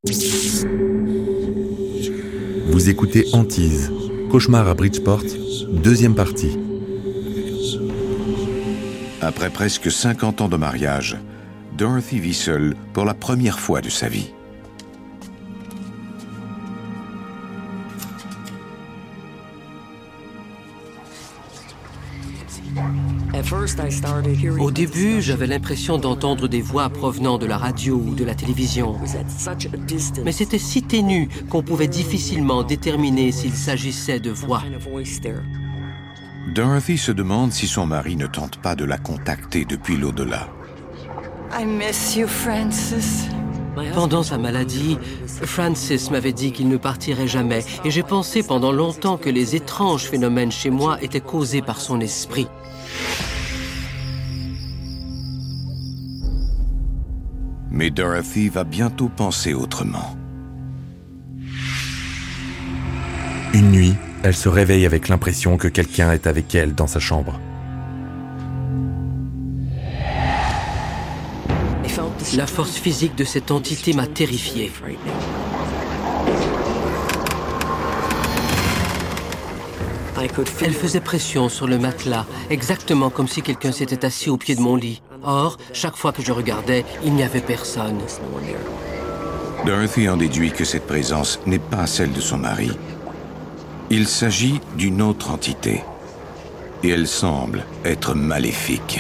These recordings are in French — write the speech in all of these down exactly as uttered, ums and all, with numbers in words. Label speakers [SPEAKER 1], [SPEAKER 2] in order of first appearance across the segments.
[SPEAKER 1] Vous écoutez Hantise, Cauchemar à Bridgeport, deuxième partie.
[SPEAKER 2] Après presque cinquante ans de mariage, Dorothy vit seule pour la première fois de sa vie.
[SPEAKER 3] Au début, j'avais l'impression d'entendre des voix provenant de la radio ou de la télévision. Mais c'était si ténu qu'on pouvait difficilement déterminer s'il s'agissait de voix.
[SPEAKER 2] Dorothy se demande si son mari ne tente pas de la contacter depuis l'au-delà.
[SPEAKER 4] I miss you, Francis.
[SPEAKER 3] Pendant sa maladie, Francis m'avait dit qu'il ne partirait jamais, et j'ai pensé pendant longtemps que les étranges phénomènes chez moi étaient causés par son esprit.
[SPEAKER 2] Mais Dorothy va bientôt penser autrement.
[SPEAKER 1] Une nuit, elle se réveille avec l'impression que quelqu'un est avec elle dans sa chambre.
[SPEAKER 3] La force physique de cette entité m'a terrifiée. Elle faisait pression sur le matelas, exactement comme si quelqu'un s'était assis au pied de mon lit. Or, chaque fois que je regardais, il n'y avait personne.
[SPEAKER 2] Dorothy en déduit que cette présence n'est pas celle de son mari. Il s'agit d'une autre entité. Et elle semble être maléfique.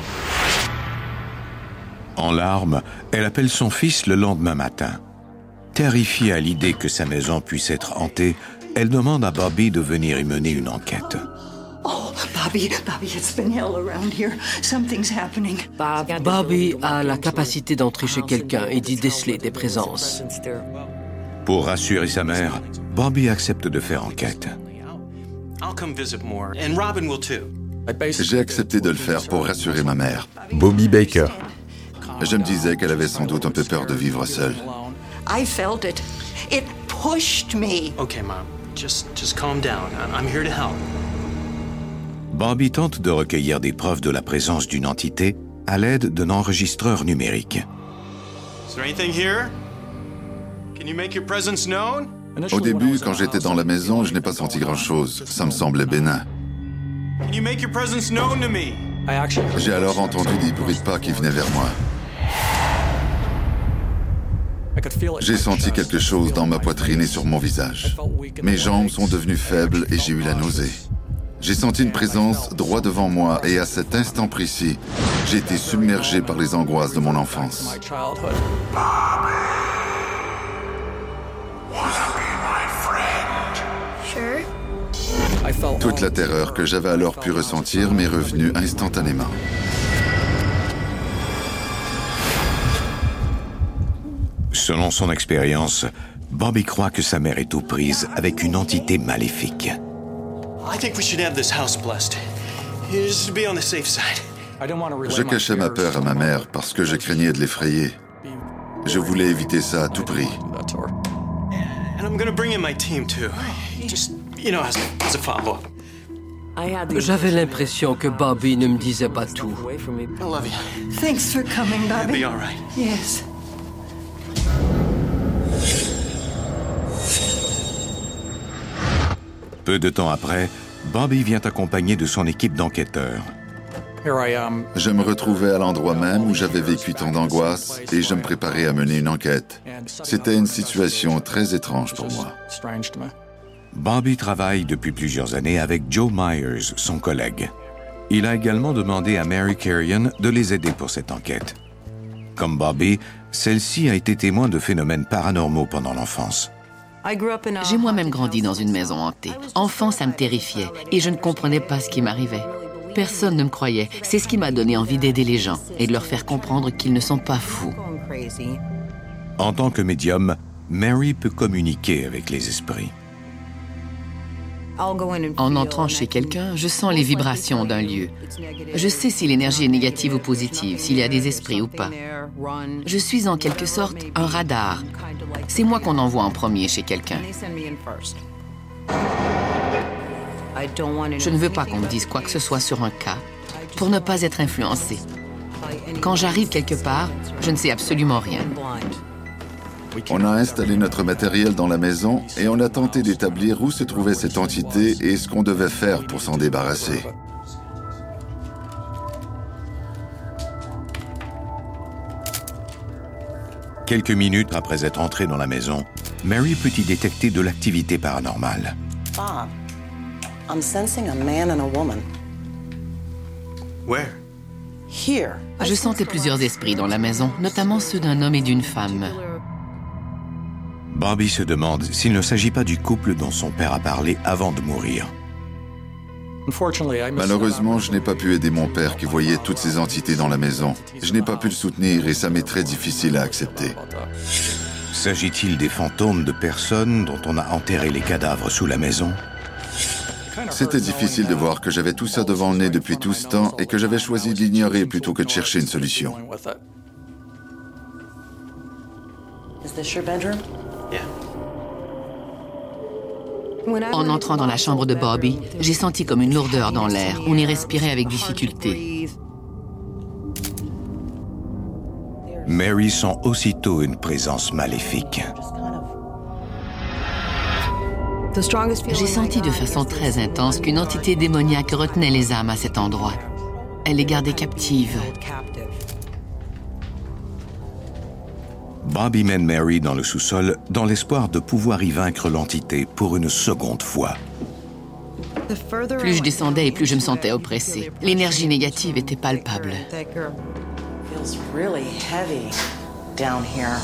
[SPEAKER 2] En larmes, elle appelle son fils le lendemain matin. Terrifiée à l'idée que sa maison puisse être hantée, elle demande à Bobby de venir y mener une enquête.
[SPEAKER 4] Oh, Bobby, Bobby, it's been hell around here. Something's happening.
[SPEAKER 3] Bobby a la capacité d'entrer chez quelqu'un et d'y déceler des présences.
[SPEAKER 2] Pour rassurer sa mère, Bobby accepte de faire enquête.
[SPEAKER 5] J'ai accepté de le faire pour rassurer ma mère.
[SPEAKER 1] Bobby Baker.
[SPEAKER 5] Je me disais qu'elle avait sans doute un peu peur de vivre seule.
[SPEAKER 4] I felt it. It pushed me.
[SPEAKER 6] Okay, Mom. Just, just calm down. I'm here to help.
[SPEAKER 2] Bobby tente de recueillir des preuves de la présence d'une entité à l'aide d'un enregistreur numérique.
[SPEAKER 6] Is there anything here? Can you make your presence known?
[SPEAKER 5] Au début, quand j'étais dans la maison, je n'ai pas senti grand-chose. Ça me semblait bénin.
[SPEAKER 6] Can you make your presence known to me?
[SPEAKER 5] J'ai alors entendu des bruits de pas qui venaient vers moi. J'ai senti quelque chose dans ma poitrine et sur mon visage. Mes jambes sont devenues faibles et j'ai eu la nausée. J'ai senti une présence droit devant moi et à cet instant précis, j'ai été submergé par les angoisses de mon enfance. Toute la terreur que j'avais alors pu ressentir m'est revenue instantanément.
[SPEAKER 2] Selon son expérience, Bobby croit que sa mère est aux prises avec une entité maléfique.
[SPEAKER 5] Je cachais ma peur à ma mère parce que je craignais de l'effrayer. Je voulais éviter ça à tout prix.
[SPEAKER 3] J'avais l'impression que Bobby ne me disait pas tout.
[SPEAKER 4] Thanks for coming, Bobby.
[SPEAKER 6] You'll be all right.
[SPEAKER 4] Yes.
[SPEAKER 2] Peu de temps après, Bobby vient accompagné de son équipe d'enquêteurs.
[SPEAKER 5] Je me retrouvais à l'endroit même où j'avais vécu tant d'angoisse et je me préparais à mener une enquête. C'était une situation très étrange pour moi.
[SPEAKER 2] Bobby travaille depuis plusieurs années avec Joe Myers, son collègue. Il a également demandé à Mary Carrion de les aider pour cette enquête. Comme Bobby, celle-ci a été témoin de phénomènes paranormaux pendant l'enfance.
[SPEAKER 7] J'ai moi-même grandi dans une maison hantée. Enfant, ça me terrifiait et je ne comprenais pas ce qui m'arrivait. Personne ne me croyait. C'est ce qui m'a donné envie d'aider les gens et de leur faire comprendre qu'ils ne sont pas fous.
[SPEAKER 2] En tant que médium, Mary peut communiquer avec les esprits.
[SPEAKER 7] En entrant chez quelqu'un, je sens les vibrations d'un lieu. Je sais si l'énergie est négative ou positive, s'il y a des esprits ou pas. Je suis en quelque sorte un radar. C'est moi qu'on envoie en premier chez quelqu'un. Je ne veux pas qu'on me dise quoi que ce soit sur un cas, pour ne pas être influencé. Quand j'arrive quelque part, je ne sais absolument rien.
[SPEAKER 5] On a installé notre matériel dans la maison et on a tenté d'établir où se trouvait cette entité et ce qu'on devait faire pour s'en débarrasser.
[SPEAKER 2] Quelques minutes après être entrée dans la maison, Mary peut y détecter de l'activité paranormale.
[SPEAKER 8] Bob, I'm sensing a man and a woman.
[SPEAKER 6] Where?
[SPEAKER 8] Here.
[SPEAKER 7] Je sentais plusieurs esprits dans la maison, notamment ceux d'un homme et d'une femme.
[SPEAKER 2] Bobby se demande s'il ne s'agit pas du couple dont son père a parlé avant de mourir.
[SPEAKER 5] Malheureusement, je n'ai pas pu aider mon père qui voyait toutes ces entités dans la maison. Je n'ai pas pu le soutenir et ça m'est très difficile à accepter.
[SPEAKER 2] S'agit-il des fantômes de personnes dont on a enterré les cadavres sous la maison?
[SPEAKER 5] C'était difficile de voir que j'avais tout ça devant le nez depuis tout ce temps et que j'avais choisi de l'ignorer plutôt que de chercher une solution.
[SPEAKER 8] Is this your bedroom?
[SPEAKER 6] Yeah.
[SPEAKER 7] En entrant dans la chambre de Bobby, j'ai senti comme une lourdeur dans l'air. On y respirait avec difficulté.
[SPEAKER 2] Mary sent aussitôt une présence maléfique.
[SPEAKER 7] J'ai senti de façon très intense qu'une entité démoniaque retenait les âmes à cet endroit. Elle les gardait captives.
[SPEAKER 2] Bobby mène Mary dans le sous-sol dans l'espoir de pouvoir y vaincre l'entité pour une seconde fois.
[SPEAKER 7] Plus je descendais et plus je me sentais oppressée. L'énergie négative était palpable.
[SPEAKER 8] Feels really heavy down here.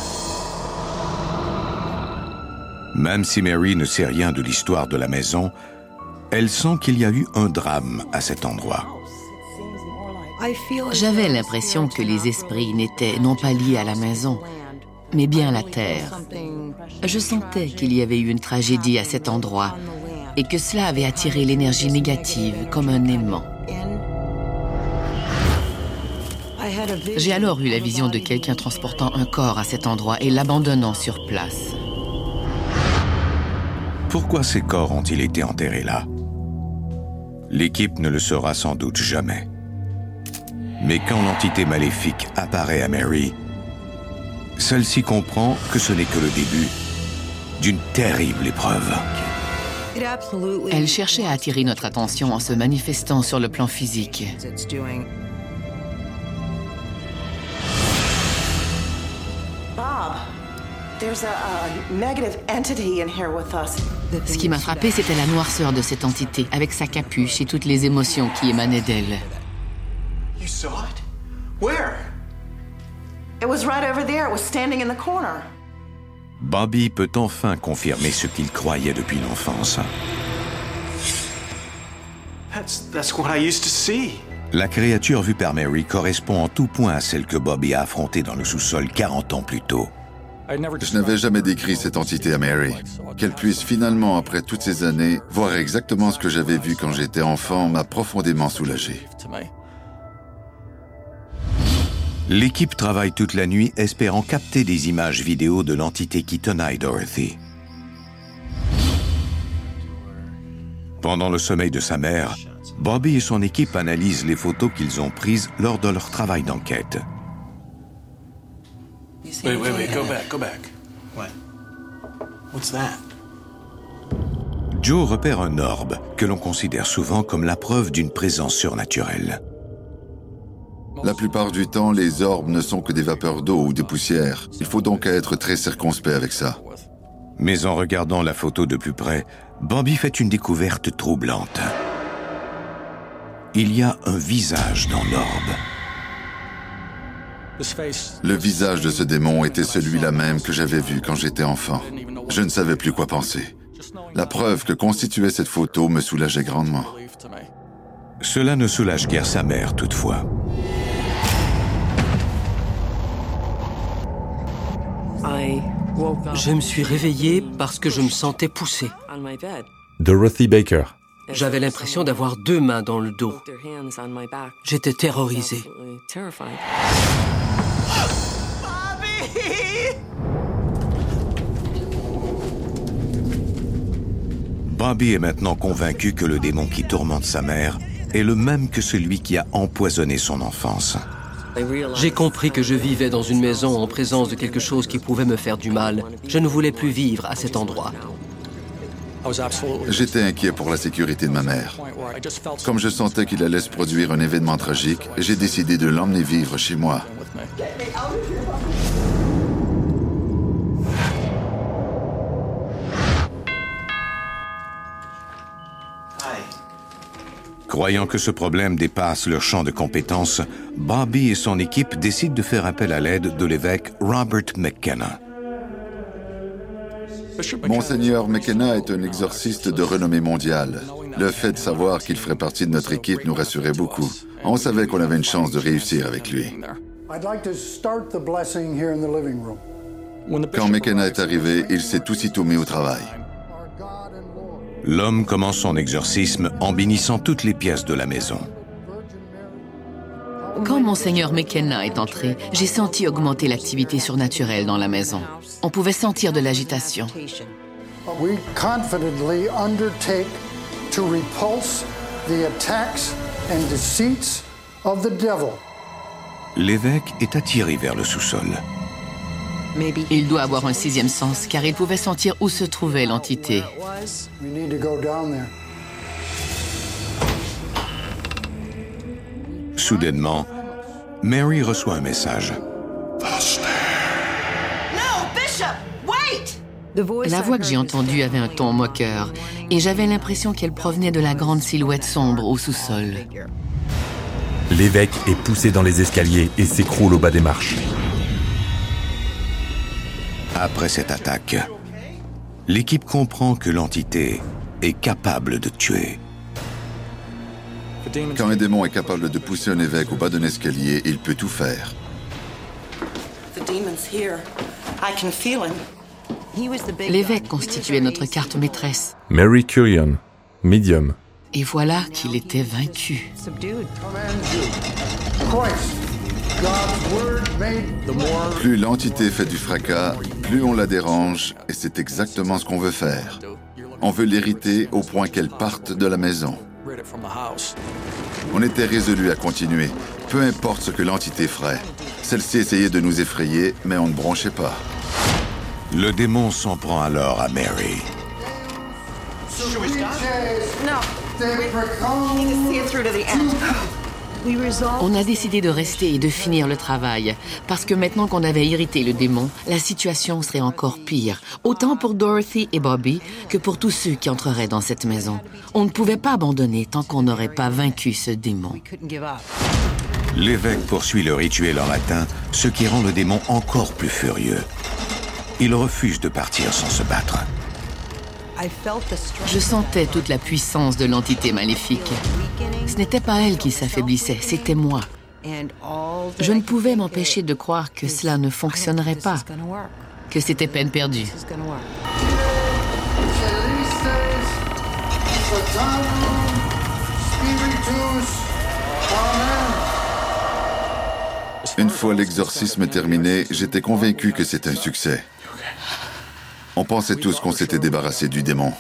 [SPEAKER 2] Même si Mary ne sait rien de l'histoire de la maison, elle sent qu'il y a eu un drame à cet endroit.
[SPEAKER 7] J'avais l'impression que les esprits n'étaient non pas liés à la maison, mais bien à la terre. Je sentais qu'il y avait eu une tragédie à cet endroit et que cela avait attiré l'énergie négative comme un aimant. J'ai alors eu la vision de quelqu'un transportant un corps à cet endroit et l'abandonnant sur place.
[SPEAKER 2] Pourquoi ces corps ont-ils été enterrés là? L'équipe ne le saura sans doute jamais. Mais quand l'entité maléfique apparaît à Mary, celle-ci comprend que ce n'est que le début d'une terrible épreuve.
[SPEAKER 7] Elle cherchait à attirer notre attention en se manifestant sur le plan physique.
[SPEAKER 8] Bob, there's a, a negative entity in here with us.
[SPEAKER 7] Ce qui m'a frappé, c'était la noirceur de cette entité, avec sa capuche et toutes les émotions qui émanaient d'elle.
[SPEAKER 6] You saw it? Where?
[SPEAKER 8] It was right over there. It was standing in the corner.
[SPEAKER 2] Bobby peut enfin confirmer ce qu'il croyait depuis l'enfance.
[SPEAKER 6] That's, that's what I used to see.
[SPEAKER 2] La créature vue par Mary correspond en tout point à celle que Bobby a affrontée dans le sous-sol quarante ans plus tôt.
[SPEAKER 5] Je n'avais jamais décrit cette entité à Mary. Qu'elle puisse finalement, après toutes ces années, voir exactement ce que j'avais vu quand j'étais enfant m'a profondément soulagé.
[SPEAKER 2] L'équipe travaille toute la nuit espérant capter des images vidéo de l'entité qui tenaille Dorothy. Pendant le sommeil de sa mère, Bobby et son équipe analysent les photos qu'ils ont prises lors de leur travail d'enquête.
[SPEAKER 6] Wait, wait, wait, go back, go back. What? What's that?
[SPEAKER 2] Joe repère un orbe que l'on considère souvent comme la preuve d'une présence surnaturelle.
[SPEAKER 5] La plupart du temps, les orbes ne sont que des vapeurs d'eau ou des poussières. Il faut donc être très circonspect avec ça.
[SPEAKER 2] Mais en regardant la photo de plus près, Bobby fait une découverte troublante. Il y a un visage dans l'orbe.
[SPEAKER 5] Le visage de ce démon était celui-là même que j'avais vu quand j'étais enfant. Je ne savais plus quoi penser. La preuve que constituait cette photo me soulageait grandement.
[SPEAKER 2] Cela ne soulage guère sa mère, toutefois.
[SPEAKER 3] Je me suis réveillée parce que je me sentais poussée.
[SPEAKER 1] Dorothy Baker.
[SPEAKER 3] J'avais l'impression d'avoir deux mains dans le dos. J'étais terrorisée.
[SPEAKER 2] Bobby est maintenant convaincu que le démon qui tourmente sa mère est le même que celui qui a empoisonné son enfance.
[SPEAKER 3] J'ai compris que je vivais dans une maison en présence de quelque chose qui pouvait me faire du mal. Je ne voulais plus vivre à cet endroit.
[SPEAKER 5] J'étais inquiet pour la sécurité de ma mère. Comme je sentais qu'il allait se produire un événement tragique, j'ai décidé de l'emmener vivre chez moi.
[SPEAKER 2] Croyant que ce problème dépasse leur champ de compétences, Bobby et son équipe décident de faire appel à l'aide de l'évêque Robert McKenna.
[SPEAKER 5] Monseigneur McKenna est un exorciste de renommée mondiale. Le fait de savoir qu'il ferait partie de notre équipe nous rassurait beaucoup. On savait qu'on avait une chance de réussir avec lui. Quand McKenna est arrivé, il s'est aussitôt mis au travail.
[SPEAKER 2] L'homme commence son exorcisme en bénissant toutes les pièces de la maison.
[SPEAKER 7] Quand Monseigneur McKenna est entré, j'ai senti augmenter l'activité surnaturelle dans la maison. On pouvait sentir de l'agitation.
[SPEAKER 9] We confidently undertake to repulse the attacks and deceits of the devil.
[SPEAKER 2] L'évêque est attiré vers le sous-sol.
[SPEAKER 7] Il doit avoir un sixième sens, car il pouvait sentir où se trouvait l'entité.
[SPEAKER 9] We need to go down there.
[SPEAKER 2] Soudainement, Mary reçoit un message.
[SPEAKER 7] La voix que j'ai entendue avait un ton moqueur, et j'avais l'impression qu'elle provenait de la grande silhouette sombre au sous-sol.
[SPEAKER 1] L'évêque est poussé dans les escaliers et s'écroule au bas des marches.
[SPEAKER 2] Après cette attaque, l'équipe comprend que l'entité est capable de tuer.
[SPEAKER 5] Quand un démon est capable de pousser un évêque au bas d'un escalier, il peut tout faire.
[SPEAKER 7] L'évêque constituait notre carte maîtresse.
[SPEAKER 1] Mary Curion, médium.
[SPEAKER 7] Et voilà qu'il était vaincu.
[SPEAKER 5] Plus l'entité fait du fracas, plus on la dérange, et c'est exactement ce qu'on veut faire. On veut l'irriter au point qu'elle parte de la maison. On était résolus à continuer, peu importe ce que l'entité ferait. Celle-ci essayait de nous effrayer, mais on ne bronchait pas.
[SPEAKER 2] Le démon s'en prend alors à Mary.
[SPEAKER 7] On a décidé de rester et de finir le travail, parce que maintenant qu'on avait irrité le démon, la situation serait encore pire, autant pour Dorothy et Bobby que pour tous ceux qui entreraient dans cette maison. On ne pouvait pas abandonner tant qu'on n'aurait pas vaincu ce démon.
[SPEAKER 2] L'évêque poursuit le rituel en latin, ce qui rend le démon encore plus furieux. Il refuse de partir sans se battre.
[SPEAKER 7] Je sentais toute la puissance de l'entité maléfique. Ce n'était pas elle qui s'affaiblissait, c'était moi. Je ne pouvais m'empêcher de croire que cela ne fonctionnerait pas, que c'était peine perdue.
[SPEAKER 5] Une fois l'exorcisme terminé, j'étais convaincu que c'était un succès. On pensait tous qu'on s'était débarrassé du démon.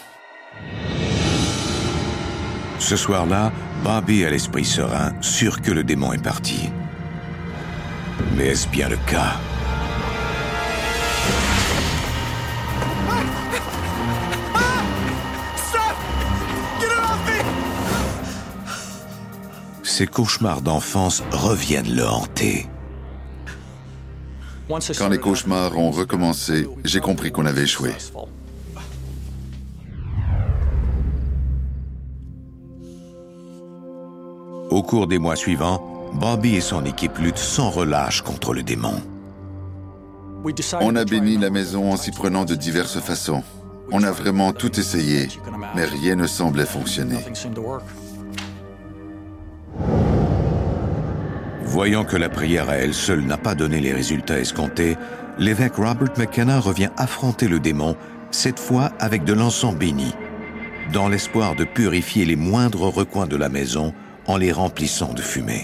[SPEAKER 2] Ce soir-là, Bobby a l'esprit serein, sûr que le démon est parti. Mais est-ce bien le cas? Ses cauchemars d'enfance reviennent le hanter.
[SPEAKER 5] Quand les cauchemars ont recommencé, j'ai compris qu'on avait échoué.
[SPEAKER 2] Au cours des mois suivants, Bobby et son équipe luttent sans relâche contre le démon.
[SPEAKER 5] On a béni la maison en s'y prenant de diverses façons. On a vraiment tout essayé, mais rien ne semblait fonctionner.
[SPEAKER 2] Voyant que la prière à elle seule n'a pas donné les résultats escomptés, l'évêque Robert McKenna revient affronter le démon, cette fois avec de l'encens béni, dans l'espoir de purifier les moindres recoins de la maison en les remplissant de fumée.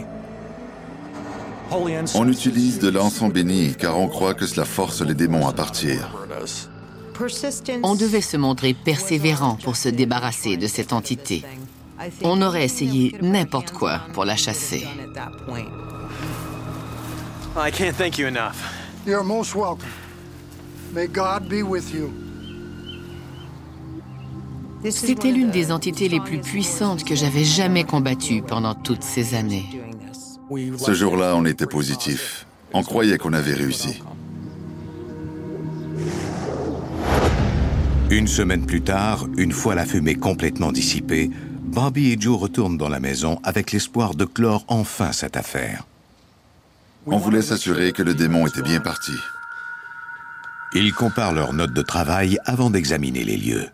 [SPEAKER 5] On utilise de l'encens béni car on croit que cela force les démons à partir.
[SPEAKER 7] On devait se montrer persévérant pour se débarrasser de cette entité. On aurait essayé n'importe quoi pour la chasser.
[SPEAKER 6] I can't thank you enough.
[SPEAKER 9] You're most welcome. May God be with you.
[SPEAKER 7] C'était l'une des entités les plus puissantes que j'avais jamais combattues pendant toutes ces années.
[SPEAKER 5] Ce jour-là, on était positif. On croyait qu'on avait réussi.
[SPEAKER 2] Une semaine plus tard, une fois la fumée complètement dissipée, Bobby et Joe retournent dans la maison avec l'espoir de clore enfin cette affaire.
[SPEAKER 5] On voulait s'assurer que le démon était bien parti.
[SPEAKER 2] Ils comparent leurs notes de travail avant d'examiner les lieux.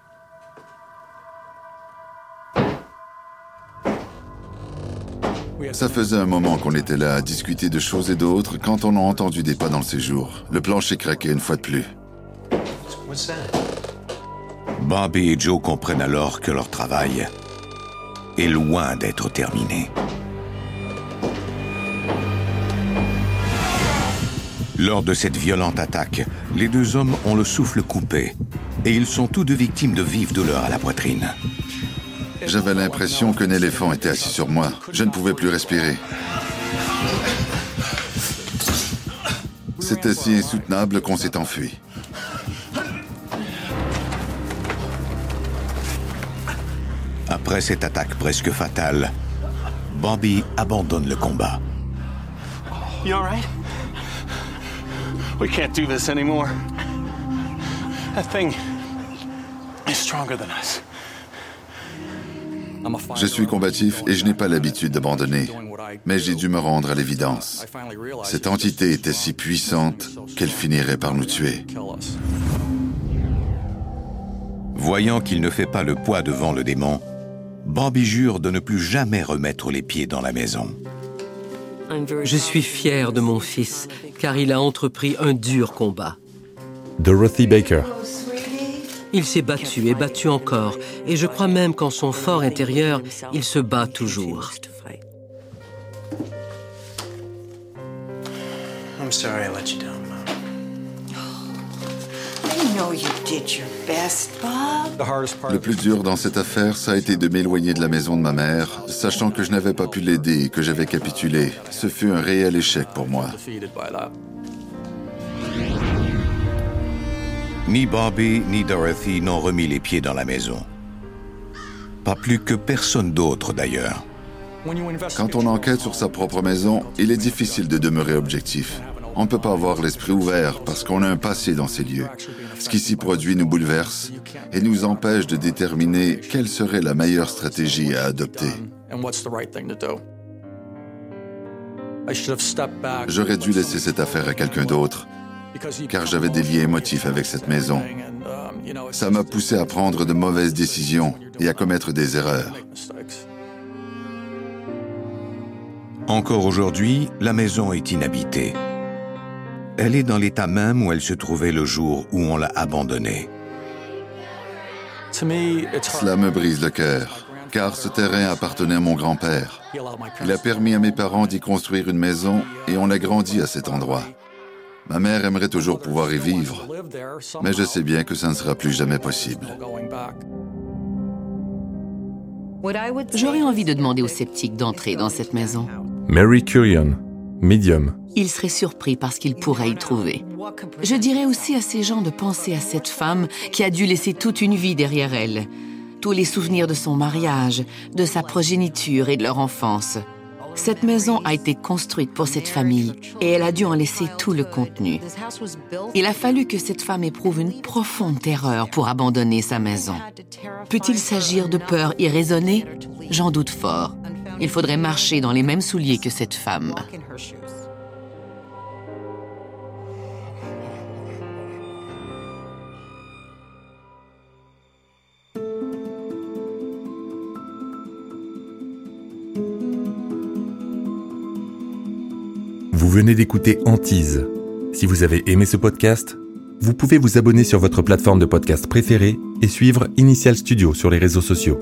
[SPEAKER 5] Ça faisait un moment qu'on était là à discuter de choses et d'autres quand on a entendu des pas dans le séjour. Le plancher craquait une fois de plus.
[SPEAKER 2] Bobby et Joe comprennent alors que leur travail est loin d'être terminé. Lors de cette violente attaque, les deux hommes ont le souffle coupé et ils sont tous deux victimes de vives douleurs à la poitrine.
[SPEAKER 5] J'avais l'impression qu'un éléphant était assis sur moi. Je ne pouvais plus respirer. C'était si insoutenable qu'on s'est enfui.
[SPEAKER 2] Après cette attaque presque fatale, Bobby abandonne le combat.
[SPEAKER 6] You all right? We can't do this anymore. That thing is stronger than us.
[SPEAKER 5] Je suis combatif et je n'ai pas l'habitude d'abandonner, mais j'ai dû me rendre à l'évidence. Cette entité était si puissante qu'elle finirait par nous tuer.
[SPEAKER 2] Voyant qu'il ne fait pas le poids devant le démon, Bobby jure de ne plus jamais remettre les pieds dans la maison.
[SPEAKER 3] Je suis fier de mon fils, car il a entrepris un dur combat.
[SPEAKER 1] Dorothy Baker.
[SPEAKER 3] Il s'est battu et battu encore, et je crois même qu'en son fort intérieur, il se bat toujours.
[SPEAKER 6] I'm sorry I let you down, Mom.
[SPEAKER 8] I know you did your best, Bob.
[SPEAKER 5] Le plus dur dans cette affaire, ça a été de m'éloigner de la maison de ma mère, sachant que je n'avais pas pu l'aider et que j'avais capitulé. Ce fut un réel échec pour moi.
[SPEAKER 2] Ni Bobby ni Dorothy n'ont remis les pieds dans la maison. Pas plus que personne d'autre d'ailleurs.
[SPEAKER 5] Quand on enquête sur sa propre maison, il est difficile de demeurer objectif. On ne peut pas avoir l'esprit ouvert parce qu'on a un passé dans ces lieux. Ce qui s'y produit nous bouleverse et nous empêche de déterminer quelle serait la meilleure stratégie à adopter. J'aurais dû laisser cette affaire à quelqu'un d'autre, car j'avais des liens émotifs avec cette maison. Ça m'a poussé à prendre de mauvaises décisions et à commettre des erreurs.
[SPEAKER 2] Encore aujourd'hui, la maison est inhabitée. Elle est dans l'état même où elle se trouvait le jour où on l'a abandonnée.
[SPEAKER 5] Cela me brise le cœur, car ce terrain appartenait à mon grand-père. Il a permis à mes parents d'y construire une maison et on a grandi à cet endroit. Ma mère aimerait toujours pouvoir y vivre, mais je sais bien que ça ne sera plus jamais possible.
[SPEAKER 7] J'aurais envie de demander aux sceptiques d'entrer dans cette maison.
[SPEAKER 1] Mary Kurian, médium.
[SPEAKER 7] Ils seraient surpris par ce qu'ils pourraient y trouver. Je dirais aussi à ces gens de penser à cette femme qui a dû laisser toute une vie derrière elle. Tous les souvenirs de son mariage, de sa progéniture et de leur enfance. Cette maison a été construite pour cette famille et elle a dû en laisser tout le contenu. Il a fallu que cette femme éprouve une profonde terreur pour abandonner sa maison. Peut-il s'agir de peur irraisonnée? J'en doute fort. Il faudrait marcher dans les mêmes souliers que cette femme.
[SPEAKER 1] Vous venez d'écouter Antise. Si vous avez aimé ce podcast, vous pouvez vous abonner sur votre plateforme de podcast préférée et suivre Initial Studio sur les réseaux sociaux.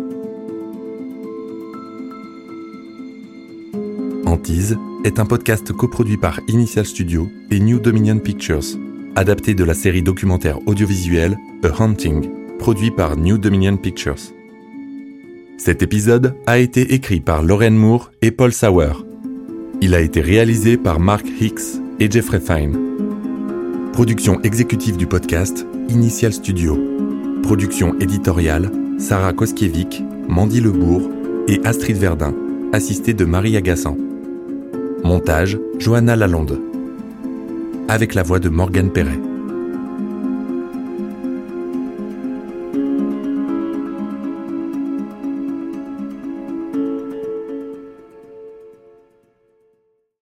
[SPEAKER 1] Antise est un podcast coproduit par Initial Studio et New Dominion Pictures, adapté de la série documentaire audiovisuelle A Haunting, produit par New Dominion Pictures. Cet épisode a été écrit par Lauren Moore et Paul Sauer. Il a été réalisé par Mark Hicks et Jeffrey Fine. Production exécutive du podcast, Initial Studio. Production éditoriale, Sarah Koskiewicz, Mandy Lebourg et Astrid Verdun, assistée de Marie Agassan. Montage, Johanna Lalonde. Avec la voix de Morgane Perret.